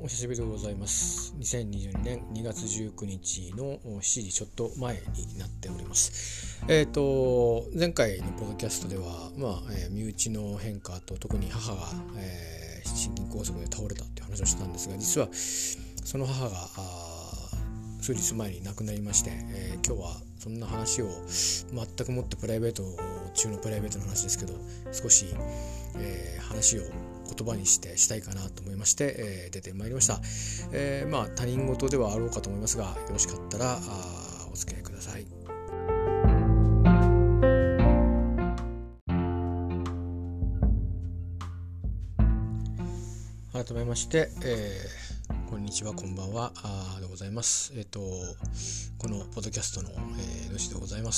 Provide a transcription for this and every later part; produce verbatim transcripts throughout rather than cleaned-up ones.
お久しぶりでございます。にせんにじゅうにねんにがつじゅうくにちのしちじちょっと前になっております。えっと前回のポッドキャストでは、まあえー、身内の変化と特に母が、えー、心筋梗塞で倒れたっていう話をしたんですが、実はその母が数日前に亡くなりまして、えー、今日はそんな話を全くもってプライベート中のプライベートの話ですけど、少し、えー、話を言葉にしてしたいかなと思いまして、えー、出てまいりました。えー、まあ他人事ではあろうかと思いますが、よろしかったらお付き合いください。改めまして、えー、こんにちは、こんばんはでございます。えっ、ー、とこのポッドキャストの、えー、主でございます。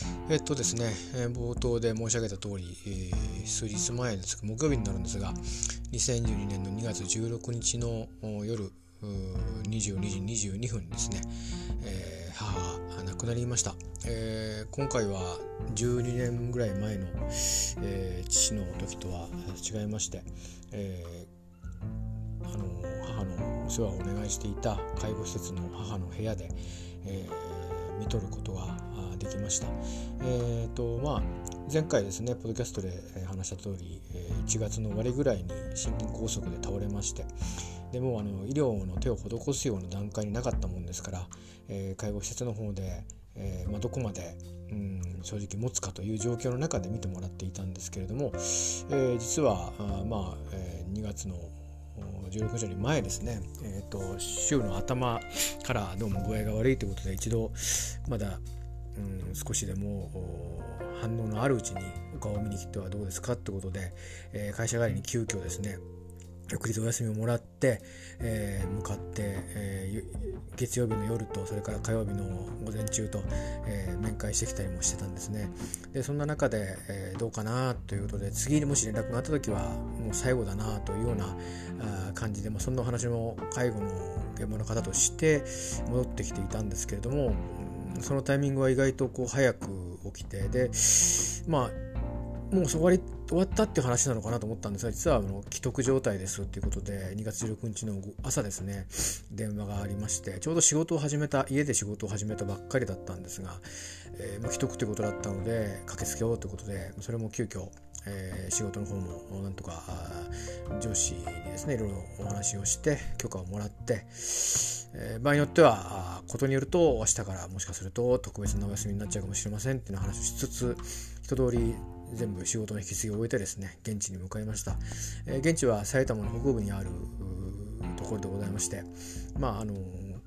えっ、ー、とですね、えー、冒頭で申し上げた通り、えー、数日前です木曜日になるんですが、にせんじゅうにねんのにがつじゅうろくにちの夜にじゅうにじにじゅうにふんにですね、えー、母が亡くなりました。えー、今回はじゅうにねんぐらい前の、えー、父の時とは違いまして、えーあの母のお世話をお願いしていた介護施設の母の部屋で、えー、見とることができました。えーとまあ、前回ですねポッドキャストで話した通り、いちがつの終わりぐらいに心筋梗塞で倒れまして、でもうあの医療の手を施すような段階になかったもんですから、えー、介護施設の方で、えーまあ、どこまで、うん、正直持つかという状況の中で見てもらっていたんですけれども、えー、実はあ、まあえー、にがつのじゅうろくにちより前ですね、えー、と週の頭からどうも具合が悪いということで、一度まだ、うん、少しでも反応のあるうちにお顔を見に来てはどうですかということで、えー、会社帰りに急遽ですね翌日お休みをもらって、えー、向かって、えー、月曜日の夜とそれから火曜日の午前中と、えー、面会してきたりもしてたんですね。でそんな中で、えー、どうかなということで、次にもし連絡があった時はもう最後だなというようなあ感じで、まあ、そんなお話も介護の現場の方として戻ってきていたんですけれども、そのタイミングは意外とこう早く起きて、でまあもう終わり終わったっていう話なのかなと思ったんですが、実はあの既得状態ですっていうことで、にがつじゅうろくにちの朝ですね電話がありまして、ちょうど仕事を始めた家で仕事を始めたばっかりだったんですが、えーまあ、既得ということだったので駆けつけようということで、それも急遽、えー、仕事の方もなんとか上司にですねいろいろお話をして許可をもらって、えー、場合によってはことによると明日からもしかすると特別なお休みになっちゃうかもしれませんっていう話をしつつ、一通り全部仕事の引き継ぎを終えてですね現地に向かいました。えー、現地は埼玉の北部にあるところでございまして、まああの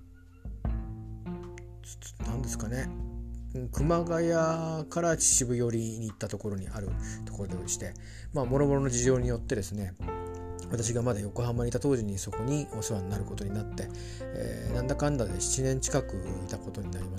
何ですかね、熊谷から秩父寄りに行ったところにあるところでして、まあ諸々の事情によってですね、私がまだ横浜にいた当時にそこにお世話になることになって、えー、なんだかんだでしちねん近くいたことになります。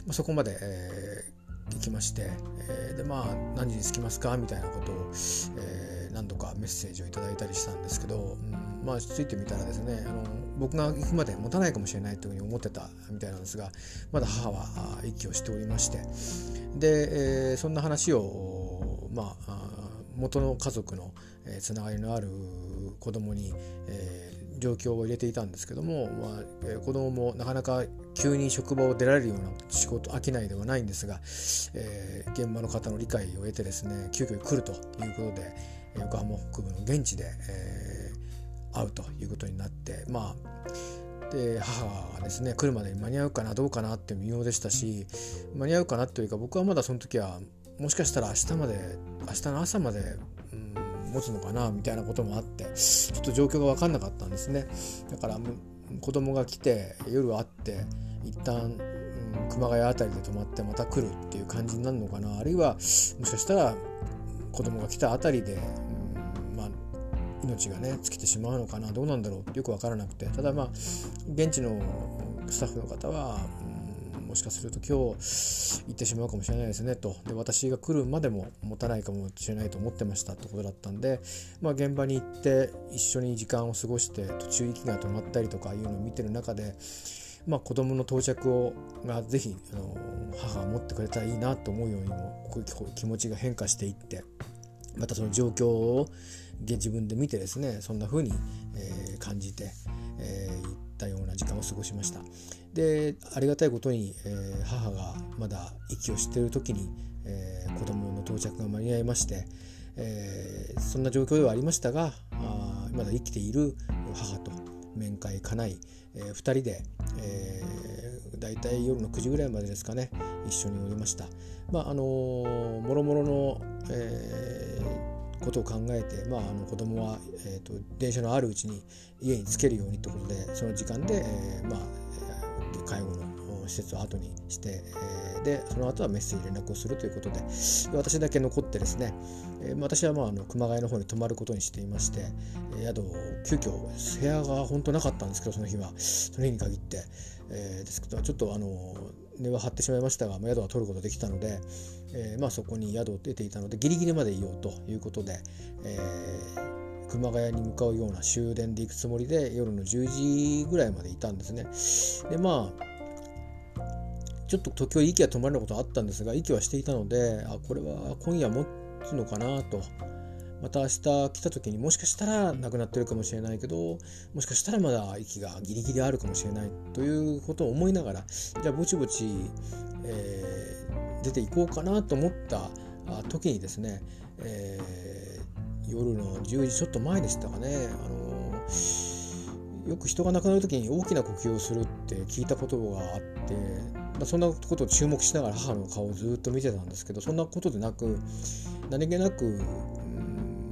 まあ、そこまで、えー行きまして、えー、でまあ何時に着きますかみたいなことを、えー、何度かメッセージをいただいたりしたんですけど、うん、まあ着いてみたらですね、あの僕が行くまで持たないかもしれないというふうに思ってたみたいなんですが、まだ母は息をしておりまして、で、えー、そんな話をまあ元の家族のつながりのある子供に、えー状況を入れていたんですけども、まあえー、子供もなかなか急に職場を出られるような仕事商いではないんですが、えー、現場の方の理解を得てですね急遽来るということで横浜北部の現地で、えー、会うということになって、まあで母がですね来るまでに間に合うかなどうかなって微妙でしたし、間に合うかなというか、僕はまだその時はもしかしたら明日まで明日の朝まで、うん持つのかなみたいなこともあって、ちょっと状況が分かんなかったんですね。だから子供が来て夜会って一旦、うん、熊谷あたりで泊まってまた来るっていう感じになるのかな、あるいはもしかしたら子供が来たあたりで、うんまあ、命がね尽きてしまうのかな、どうなんだろうよく分からなくて、ただまあ現地のスタッフの方は、うんもしかすると今日行ってしまうかもしれないですねと、で私が来るまでも持たないかもしれないと思ってましたってことだったんで、まあ、現場に行って一緒に時間を過ごして途中息が止まったりとかいうのを見てる中で、まあ、子供の到着をがぜひあの母が持ってくれたらいいなと思うようにも気持ちが変化していって、またその状況を自分で見てですねそんな風に、えー、感じて、 えー、行ったような時間を過ごしました。でありがたいことに、えー、母がまだ息をしている時に、えー、子供の到着が間に合いまして、えー、そんな状況ではありましたが、あまだ生きている母と面会かない、えー、ふたりで、えー、だいたい夜のくじぐらいまでですかね、一緒におりました。まああのー、もろもろの、えー、ことを考えて、まあ、あの子供は、えーと、電車のあるうちに家に着けるようにということで、その時間で、えーまあ、介護の施設を後にして、えー、でその後はメッセージ連絡をするということで、私だけ残ってですね、えー、私はまああの熊谷の方に泊まることにしていまして、えー、宿を急遽部屋が本当なかったんですけど、その日はその日に限って、えー、ですけどちょっとあの値は張ってしまいましたが、まあ、宿は取ることができたので、えーまあ、そこに宿を出ていたのでギリギリまでいようということで、えー、熊谷に向かうような終電で行くつもりで夜のじゅうじぐらいまでいたんですね。でまあちょっと時折息が止まるようなことはあったんですが、息はしていたので、あこれは今夜持つのかなと、また明日来た時にもしかしたらなくなってるかもしれないけど、もしかしたらまだ息がギリギリあるかもしれないということを思いながら、じゃあぼちぼち、えー、出ていこうかなと思った時にですね、えー、夜のじゅうじちょっと前でしたかね、あのー、よく人が亡くなる時に大きな呼吸をするって聞いたことがあって、そんなことを注目しながら母の顔をずっと見てたんですけど、そんなことでなく、何気なく、うん、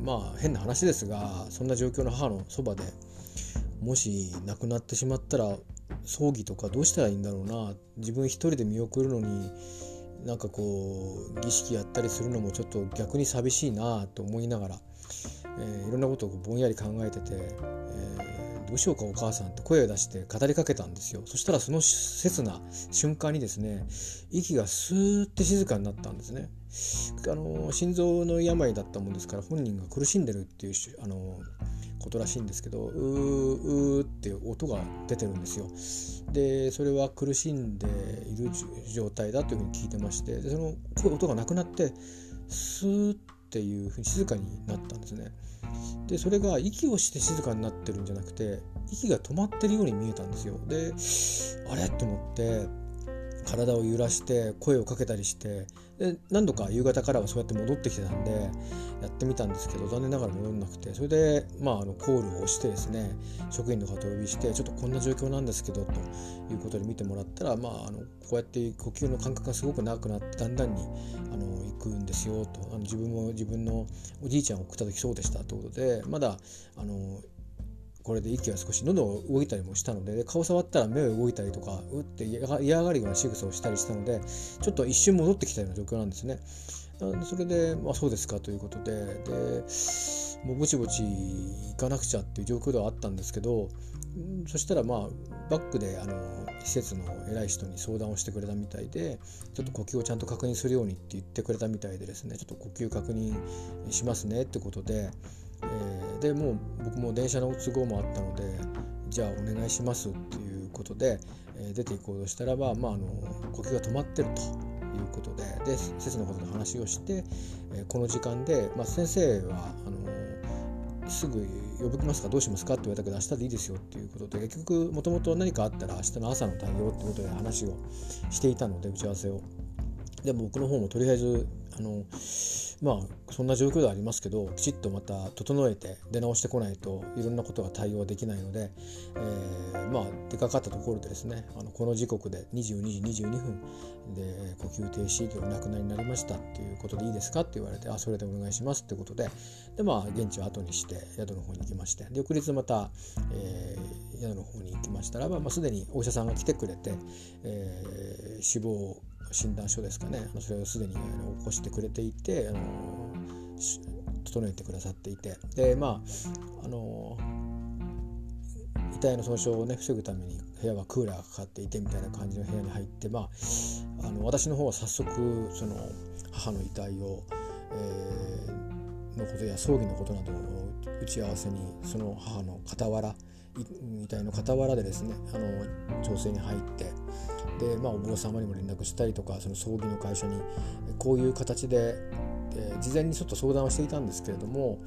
まあ変な話ですが、そんな状況の母のそばでもし亡くなってしまったら葬儀とかどうしたらいいんだろうな、自分一人で見送るのになんかこう儀式やったりするのもちょっと逆に寂しいなと思いながら、えー、いろんなことをぼんやり考えてて、えー、どうしようかお母さんって声を出して語りかけたんですよ。そしたらその切な瞬間にですね、息がスーッて静かになったんですね。あの心臓の病だったもんですから本人が苦しんでるっていうあのことらしいんですけど、うーうーって音が出てるんですよ。でそれは苦しんでいる状態だというふうに聞いてまして、でその音がなくなってスーっていうふうに静かになったんですね。でそれが息をして静かになってるんじゃなくて、息が止まってるように見えたんですよ。であれと思って体を揺らして声をかけたりして、で何度か夕方からはそうやって戻ってきてたんでやってみたんですけど、残念ながら戻んなくて、それで、まあ、あのコールを押してですね、職員の方をお呼びして、ちょっとこんな状況なんですけどということで見てもらったら、まあ、あのこうやって呼吸の間隔がすごく長くなってだんだんにあの行くんですよと、あの自分も自分のおじいちゃんを送った時そうでしたということで、まだあのこれで息が少し喉を動いたりもしたので、で顔触ったら目を動いたりとかうって嫌がるような仕草をしたりしたので、ちょっと一瞬戻ってきたような状況なんですね。それで、まあ、そうですかということで、でもうぼちぼち行かなくちゃっていう状況ではあったんですけど、そしたらまあバックであの施設の偉い人に相談をしてくれたみたいで、ちょっと呼吸をちゃんと確認するようにって言ってくれたみたいでですね、ちょっと呼吸確認しますねってことで、えー、でもう僕も電車の都合もあったので、じゃあお願いしますっていうことで、えー、出て行こうとしたらば、まあ、あの呼吸が止まってるということで、で施設のことの話をして、えー、この時間で、まあ、先生はあのすぐ呼びますかどうしますかって言われたけど、明日でいいですよっていうことで、結局もともと何かあったら明日の朝の対応ってことで話をしていたので、打ち合わせを。でも僕の方もとりあえずあのまあそんな状況ではありますけど、きちっとまた整えて出直してこないといろんなことが対応できないので、えー、まあ出かかったところでですね、あのこの時刻でにじゅうにじにじゅうにふんで呼吸停止でお亡くなりになりましたっていうことでいいですかって言われて、あそれでお願いしますってことで、でまあ現地を後にして宿の方に行きまして、で翌日また、えー、宿の方に行きましたらば、まあ、すでにお医者さんが来てくれて、えー、死亡診断書ですかね、それをすでに起こしてくれていて、あの整えてくださっていて、でまああの遺体の損傷をね防ぐために部屋はクーラーがかかっていてみたいな感じの部屋に入って、まあ、あの私の方は早速その母の遺体を、えー、のことや葬儀のことなどを打ち合わせに、その母の傍ら遺体の傍らでですね、あの調整に入って、で、まあ、お坊様にも連絡したりとか、その葬儀の会社にこういう形で、えー、事前にちょっと相談をしていたんですけれども、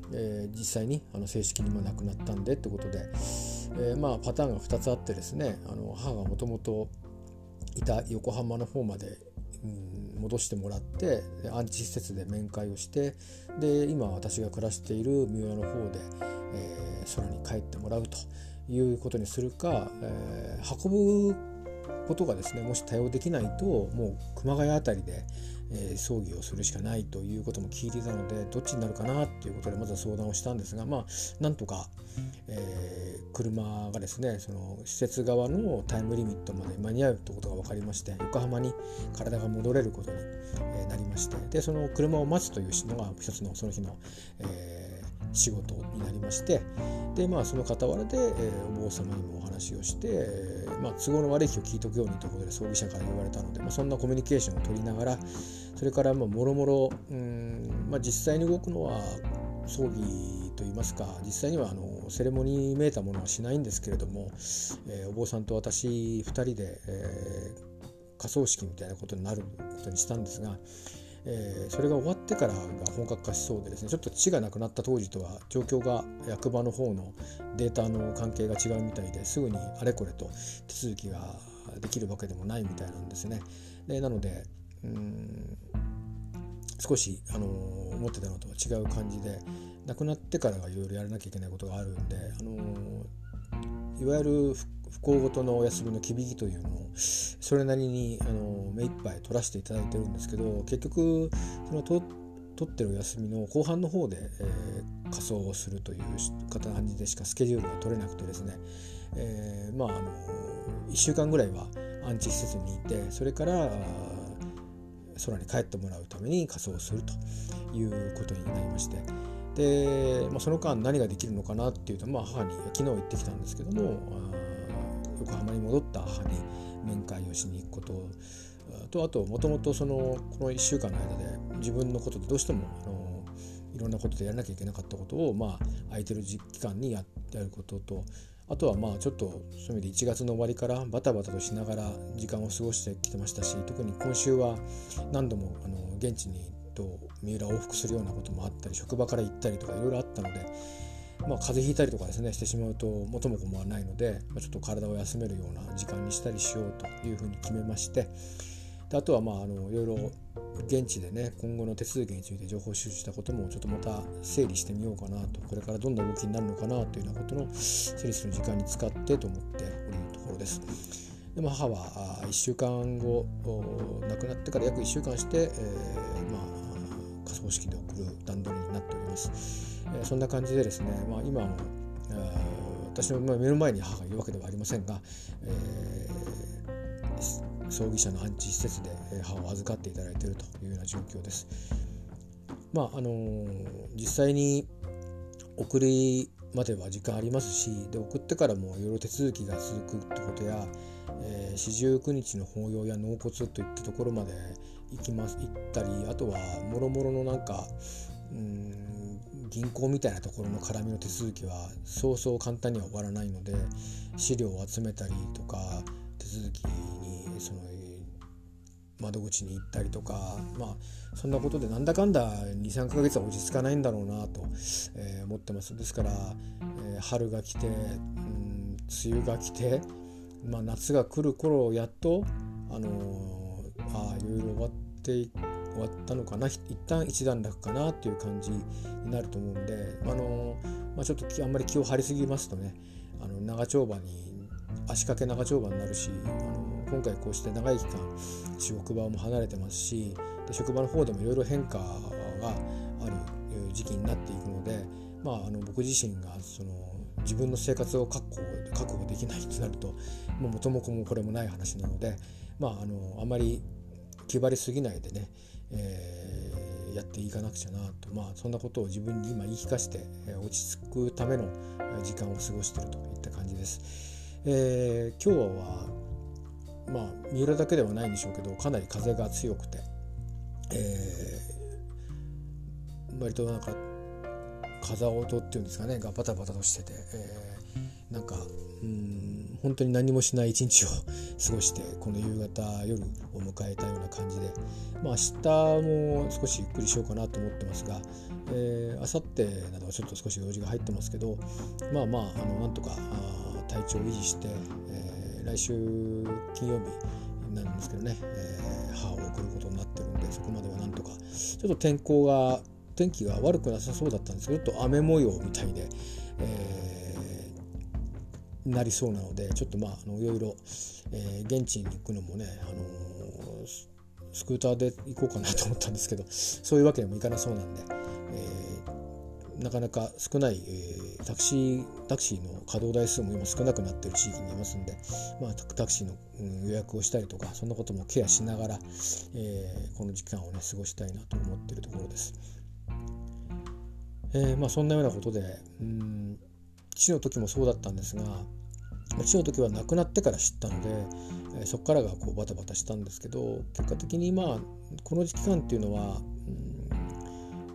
えー、実際にあの正式にも亡くなったんでってことで、えー、まあパターンがふたつあってですね、あの母がもともといた横浜の方まで、うん、戻してもらって安置施設で面会をして、で今私が暮らしている三浦の方で、えー、空に帰ってもらうということにするか、えー、運ぶことがですねもし対応できないともう熊谷あたりで、えー、葬儀をするしかないということも聞いていたので、どっちになるかなっていうことでまずは相談をしたんですが、まあなんとか、えー、車がですねその施設側のタイムリミットまで間に合うということが分かりまして、横浜に体が戻れることになりまして、でその車を待つというのが一つのその日の、えー、仕事になりまして、でまあその傍らで、えー、お坊様にもお話をして、えーまあ、都合の悪い日を聞いておくようにということで葬儀社から言われたので、まあ、そんなコミュニケーションを取りながら、それからもろもろ実際に動くのは葬儀といいますか、実際にはあのセレモニーめいたものはしないんですけれども、えー、お坊さんと私ふたりで、えー、火葬式みたいなことになることにしたんですが、えー、それが終わってからが本格化しそうでですね、ちょっと父が亡くなった当時とは状況が役場の方のデータの関係が違うみたいで、すぐにあれこれと手続きができるわけでもないみたいなんですね。でなのでうーん少し、あのー、思ってたのとは違う感じで、亡くなってからがいろいろやらなきゃいけないことがあるんで、あのー、いわゆる不幸ごとのお休みの忌引きというのをそれなりに、あのー、目いっぱい取らせていただいてるんですけど、結局そのと取ってるお休みの後半の方で、えー、仮装をするという感じでしかスケジュールが取れなくてですね、えー、まあ、あのー、いっしゅうかんぐらいは安置施設にいて、それから空に帰ってもらうために仮装をするということになりまして、で、まあ、その間何ができるのかなっていうと、まあ、母に昨日行ってきたんですけども、横浜に戻った母に面会をしに行くことと、あともともとそのこのいっしゅうかんの間で自分のことでどうしてもあのいろんなことでやらなきゃいけなかったことを、まあ、空いてる期間にやってやることと、あとはまあちょっとそういう意味でいちがつの終わりからバタバタとしながら時間を過ごしてきてましたし、特に今週は何度もあの現地にと三浦を往復するようなこともあったり、職場から行ったりとかいろいろあったので、まあ、風邪ひいたりとかですねしてしまうと元も子もないので、まあ、ちょっと体を休めるような時間にしたりしようというふうに決めまして、であとはまああのいろいろ現地でね今後の手続きについて情報収集したこともちょっとまた整理してみようかなと、これからどんな動きになるのかなというようなことの整理する時間に使ってと思っておるところです。でも母はいっしゅうかんご亡くなってから約いっしゅうかんして、えー、まあ仮葬式で送る段取りになっております。えー、そんな感じでですね、まあ、今も私の目の前に母がいるわけではありませんが、えー、葬儀社の安置施設で母を預かっていただいているというような状況です。まああのー、実際に送りまでは時間ありますし、で送ってからもいろいろ手続きが続くってことや、えー、四十九日の法要や納骨といったところまで行きます行ったり、あとはもろもろのなんかうーん銀行みたいなところの絡みの手続きはそうそう簡単には終わらないので、資料を集めたりとか手続きにその窓口に行ったりとか、まあそんなことでなんだかんだ にさんかげつは落ち着かないんだろうなと、えー、思ってます。ですから、えー、春が来て、うん、梅雨が来て、まあ、夏が来る頃やっとあのー、あいろいろ終わって終わったのかな、一旦一段落かなっていう感じになると思うんで、あのーまあ、ちょっとあんまり気を張りすぎますとね、あの長丁場に足掛け長丁場になるし、あの今回こうして長い期間職場も離れてますし、で職場の方でもいろいろ変化がある時期になっていくので、まあ、あの僕自身がその自分の生活を確保確保できないとなるともう元も子もこれもない話なので、まあ、あのあまり気張りすぎないでね、えー、やっていかなくちゃなと、まあ、そんなことを自分に今言い聞かせて落ち着くための時間を過ごしているといった感じです。えー、今日はまあ三浦だけではないんでしょうけど、かなり風が強くて、えー、割となんか風音っていうんですかねがバタバタとしてて、えー、なんかうん本当に何もしない一日を過ごしてこの夕方夜を迎えたような感じで、まあ、明日も少しゆっくりしようかなと思ってますが、 えー、あさってなどはちょっと少し用事が入ってますけど、まあまあ、あのなんとかあ体調を維持して、えー、来週金曜日なんですけどね、えー、母を送ることになってるんで、そこまではなんとか。ちょっと天候が天気が悪くなさそうだったんですけど、ちょっと雨模様みたいで、えー、なりそうなので、ちょっとまああのいろいろ、えー、現地に行くのもね、あのー、スクーターで行こうかなと思ったんですけど、そういうわけにもいかなそうなんで、えー、なかなか少ない、えー、タクシータクシーの稼働台数も今少なくなっている地域にいますんで、まあ、タクシーの、うん、予約をしたりとか、そんなこともケアしながら、えー、この時間をね過ごしたいなと思っているところです。えーまあ、そんなようなことで、うん、父の時もそうだったんですが、父の時は亡くなってから知ったので、えー、そこからがこうバタバタしたんですけど、結果的にまあこの期間っていうのは、うん、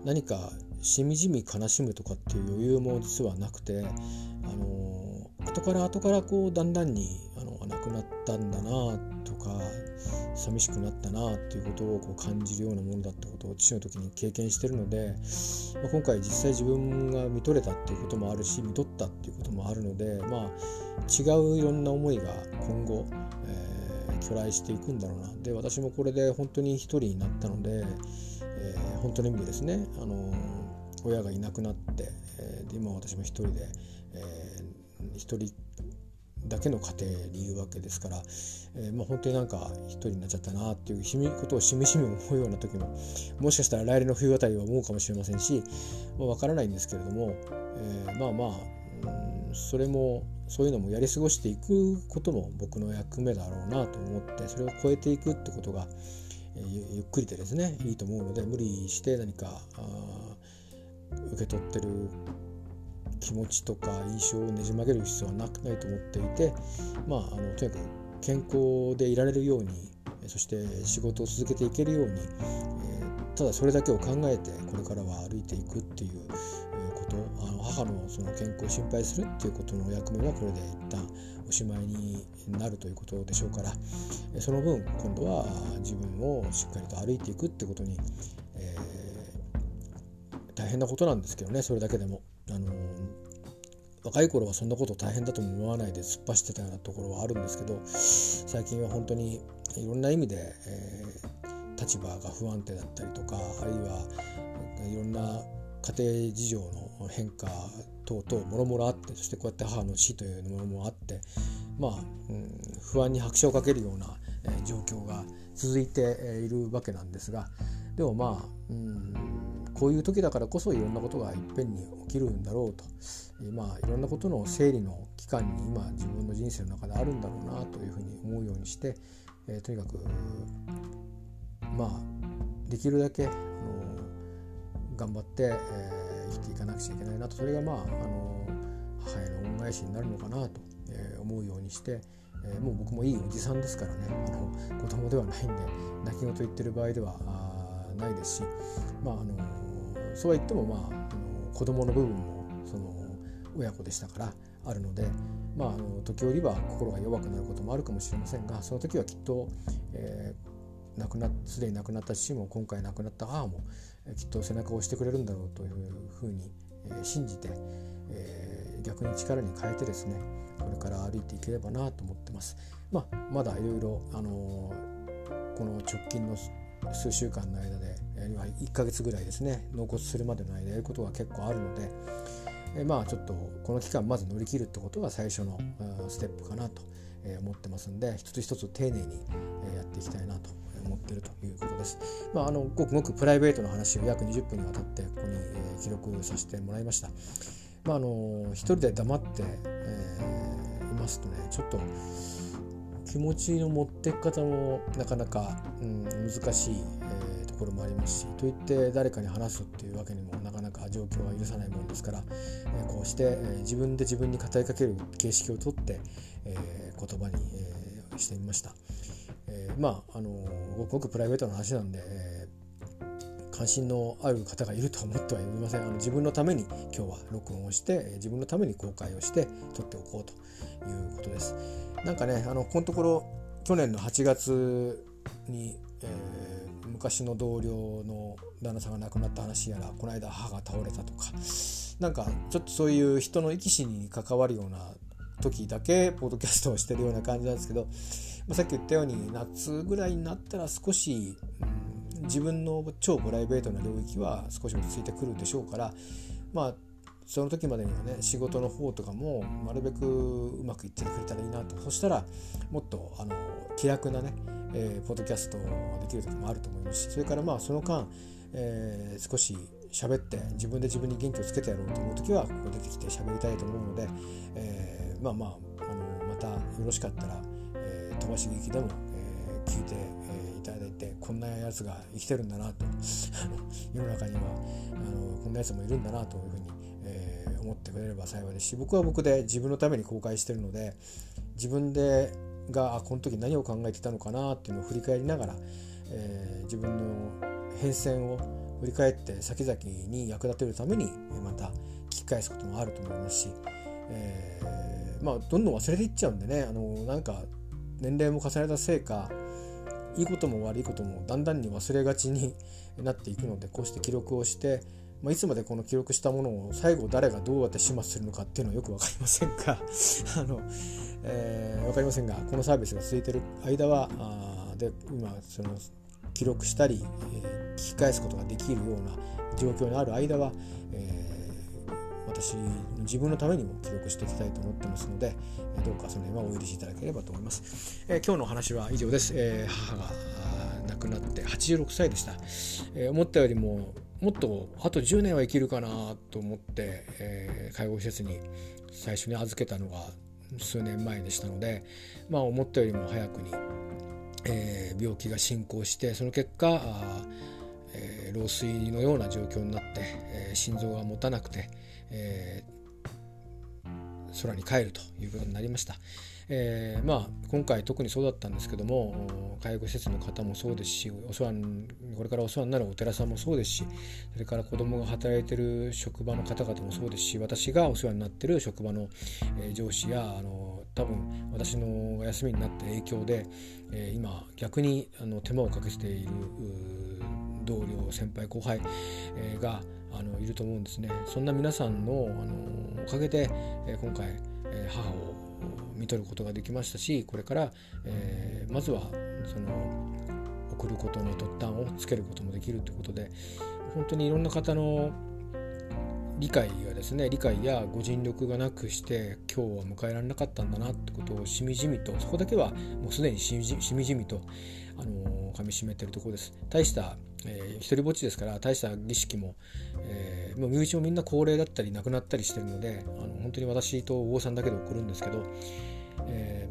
何かしみじみ悲しむとかっていう余裕も実はなくて、あのー、後から後からこうだんだんにあの亡くなったんだなとか、寂しくなったなっていうことをこう感じるようなものだってことを父の時に経験しているので、まあ、今回実際自分が見とれたっていうこともあるし、見とったっていうこともあるので、まあ違ういろんな思いが今後、えー、去来していくんだろうな。で、私もこれで本当に一人になったので、えー、本当の意味でですね、あのー、親がいなくなって、えー、で今私も一人で、えー、一人だけの家庭にいるわけですから、えーまあ、本当になんか一人になっちゃったなっていうことをしみじみ思うような時も、もしかしたら来年の冬あたりは思うかもしれませんし、まあ、分からないんですけれども、えー、まあまあ、うん、それもそういうのもやり過ごしていくことも僕の役目だろうなと思って、それを超えていくってことが、えー、ゆっくりでですねいいと思うので、無理して何か受け取ってる気持ちとか印象をねじ曲げる必要はなくないと思っていて、まあ、あのとにかく健康でいられるように、そして仕事を続けていけるように、えー、ただそれだけを考えてこれからは歩いていくっていうこと、あの母のその健康を心配するっていうことの役目はこれで一旦おしまいになるということでしょうから、その分今度は自分をしっかりと歩いていくってことに、えー、大変なことなんですけどね、それだけでも。あの若い頃はそんなこと大変だとも思わないで突っ走ってたようなところはあるんですけど、最近は本当にいろんな意味で、えー、立場が不安定だったりとか、あるいはいろんな家庭事情の変化等々もろもろあって、そしてこうやって母の死というものもあって、まあ、うん、不安に拍車をかけるような、えー、状況が続いているわけなんですが、でもまあ、うん、こういう時だからこそいろんなことがいっぺんに起きるんだろうと、まあ、いろんなことの整理の期間に今自分の人生の中であるんだろうなというふうに思うようにして、えー、とにかくまあできるだけあの頑張って、えー、生きていかなくちゃいけないなと、それがまあ、あの母への恩返しになるのかなと、えー、思うようにして、えー、もう僕もいいおじさんですからね、あの子供ではないんで泣き言言ってる場合ではないですし、まああのそうは言っても、まあ、あの子供の部分もその親子でしたからあるので、まあ、あの時折は心が弱くなることもあるかもしれませんが、その時はきっと、えー、亡くなすでに亡くなった父も今回亡くなった母も、えー、きっと背中を押してくれるんだろうというふうに、えー、信じて、えー、逆に力に変えてですね、これから歩いていければなと思ってます。まあ、まだいろいろ、あのー、この直近の数週間の間で、いっかげつぐらいですね、納骨するまでの間やることが結構あるので、えまあちょっとこの期間まず乗り切るってことが最初のステップかなと思ってますんで、一つ一つ丁寧にやっていきたいなと思っているということです。まあ、あのごくごくプライベートの話を約にじゅっぷんにわたってここに記録させてもらいました。まあ、あの一人で黙って、えー、いますとね、ちょっと気持ちの持っていく方もなかなか、うん、難しい、えー、ところもありますし、といって誰かに話すっていうわけにもなかなか状況は許さないものですから、えー、こうして、えー、自分で自分に語りかける形式をとって、えー、言葉に、えー、してみました。えー、まああのごくごくプライベートな話なんで、えー、関心のある方がいるとは思ってはいません。あの自分のために今日は録音をして、自分のために公開をして撮っておこうということです。なんかね、あのこのところ去年のはちがつに、えー、 昔の同僚の旦那さんが亡くなった話やら、この間母が倒れたとか、なんかちょっとそういう人の生き死に関わるような時だけポッドキャストをしてるような感じなんですけど、まあ、さっき言ったように夏ぐらいになったら少し、うん、自分の超プライベートな領域は少し落ち着いてくるでしょうから、まあその時までにはね、仕事の方とかもなるべくうまくいってくれたらいいなと。そしたらもっとあの気楽なね、えー、ポッドキャストできる時もあると思いますし、それからまあその間、えー、少し喋って自分で自分に元気をつけてやろうと思う時はここ出てきて喋りたいと思うので、えー、まあまあ、あのまたよろしかったら、えー、飛ばし聞きでも、えー、聞いて、えー、いただいて、こんなやつが生きてるんだなと世の中にはあのこんなやつもいるんだなというふうに思ってくれれば幸いですし、僕は僕で自分のために公開しているので、自分でがこの時何を考えてたのかなっていうのを振り返りながら、えー、自分の変遷を振り返って先々に役立てるためにまた聞き返すこともあると思いますし、えー、まあどんどん忘れていっちゃうんでね、あのなんか年齢も重ねたせいか、いいことも悪いこともだんだんに忘れがちになっていくので、こうして記録をしてまあ、いつまでこの記録したものを最後誰がどうやって始末するのかっていうのはよく分かりませんがあの、えー、分かりませんが、このサービスが続いている間はあで今その記録したり、えー、聞き返すことができるような状況にある間は、えー、私自分のためにも記録していきたいと思ってますので、どうかその辺はお許しいただければと思います。えー、今日のお話は以上です。えー、母が亡くなってはちじゅうろくさいでした。えー、思ったよりももっとあとじゅうねんは生きるかなと思って、えー、介護施設に最初に預けたのが数年前でしたので、まあ、思ったよりも早くに、えー、病気が進行して、その結果あ、えー、老衰のような状況になって、えー、心臓が持たなくて、えー、空に帰るということになりました。えー、まあ今回特にそうだったんですけども、介護施設の方もそうですし、お世話これからお世話になるお寺さんもそうですし、それから子供が働いている職場の方々もそうですし、私がお世話になっている職場の、えー、上司やあの多分私の休みになった影響で、えー、今逆にあの手間をかけている同僚先輩後輩、えー、があのいると思うんですね。そんな皆さんの、あのおかげで、えー、今回、えー、母を見取ることができましたし、これから、えー、まずはその送ることの突端をつけることもできるということで、本当にいろんな方の理解がですね理解やご尽力がなくして今日は迎えられなかったんだなってことをしみじみと、そこだけはもうすでにしみじしみじみと、あのー、噛み締めているところです。大した、えー、一人ぼっちですから、大した儀式も、えー、もう身内もみんな高齢だったり亡くなったりしてるので、あの本当に私とお坊さんだけで送るんですけど、え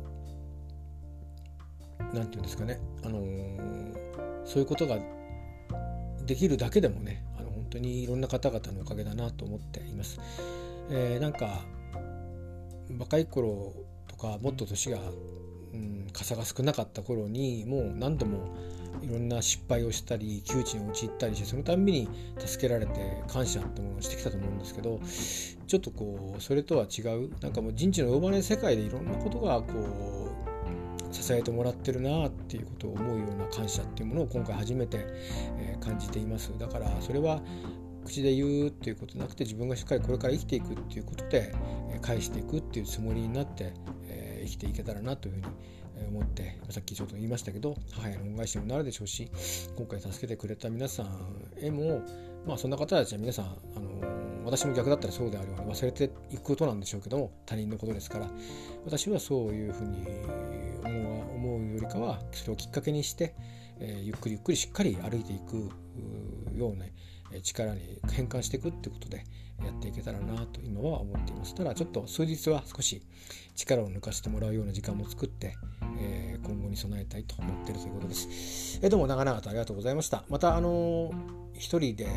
ー、なんていうんですかね、あのー、そういうことができるだけでもね、あの本当にいろんな方々のおかげだなと思っています。えー、なんか若い頃とかもっと年が、うん、傘が少なかった頃にもう何度もいろんな失敗をしたり窮地に陥ったりして、そのたんびに助けられて感謝ってものをしてきたと思うんですけど、ちょっとこうそれとは違う、なんかもう人知の及ばない世界でいろんなことがこう支えてもらってるなっていうことを思うような感謝っていうものを今回初めて、えー、感じています。だからそれは口で言うっていうことなくて、自分がしっかりこれから生きていくっていうことで、えー、返していくっていうつもりになって、えー、生きていけたらなというふうに思って、さっきちょっと言いましたけど、母への恩返しにもなるでしょうし、今回助けてくれた皆さんへも、まあそんな方たちは皆さん、あのー、私も逆だったらそうであるように忘れていくことなんでしょうけども、他人のことですから、私はそういうふうに思う、思うよりかはそれをきっかけにして、えー、ゆっくりゆっくりしっかり歩いていくような力に変換していくってことでやっていけたらなと今は思っています。ただちょっと数日は少し力を抜かせてもらうような時間も作って、えー、今後に備えたいと思っているということです。えー、どうも長々とありがとうございました。またあのー、一人で、うん、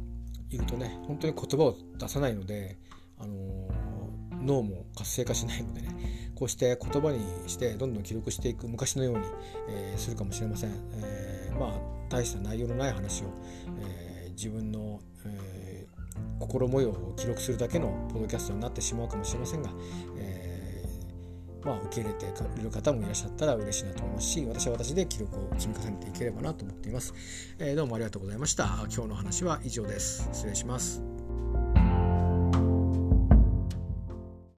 いるとね本当に言葉を出さないので、あのー、脳も活性化しないのでね、こうして言葉にしてどんどん記録していく昔のように、えー、するかもしれません。えー、まあ大した内容のない話を、えー、自分の、えー、心模様を記録するだけのポッドキャストになってしまうかもしれませんが、えまあ、受け入れてくれる方もいらっしゃったら嬉しいなと思いますし、私は私で記録を積み重ねていければなと思っています。えー、どうもありがとうございました。今日の話は以上です。失礼します。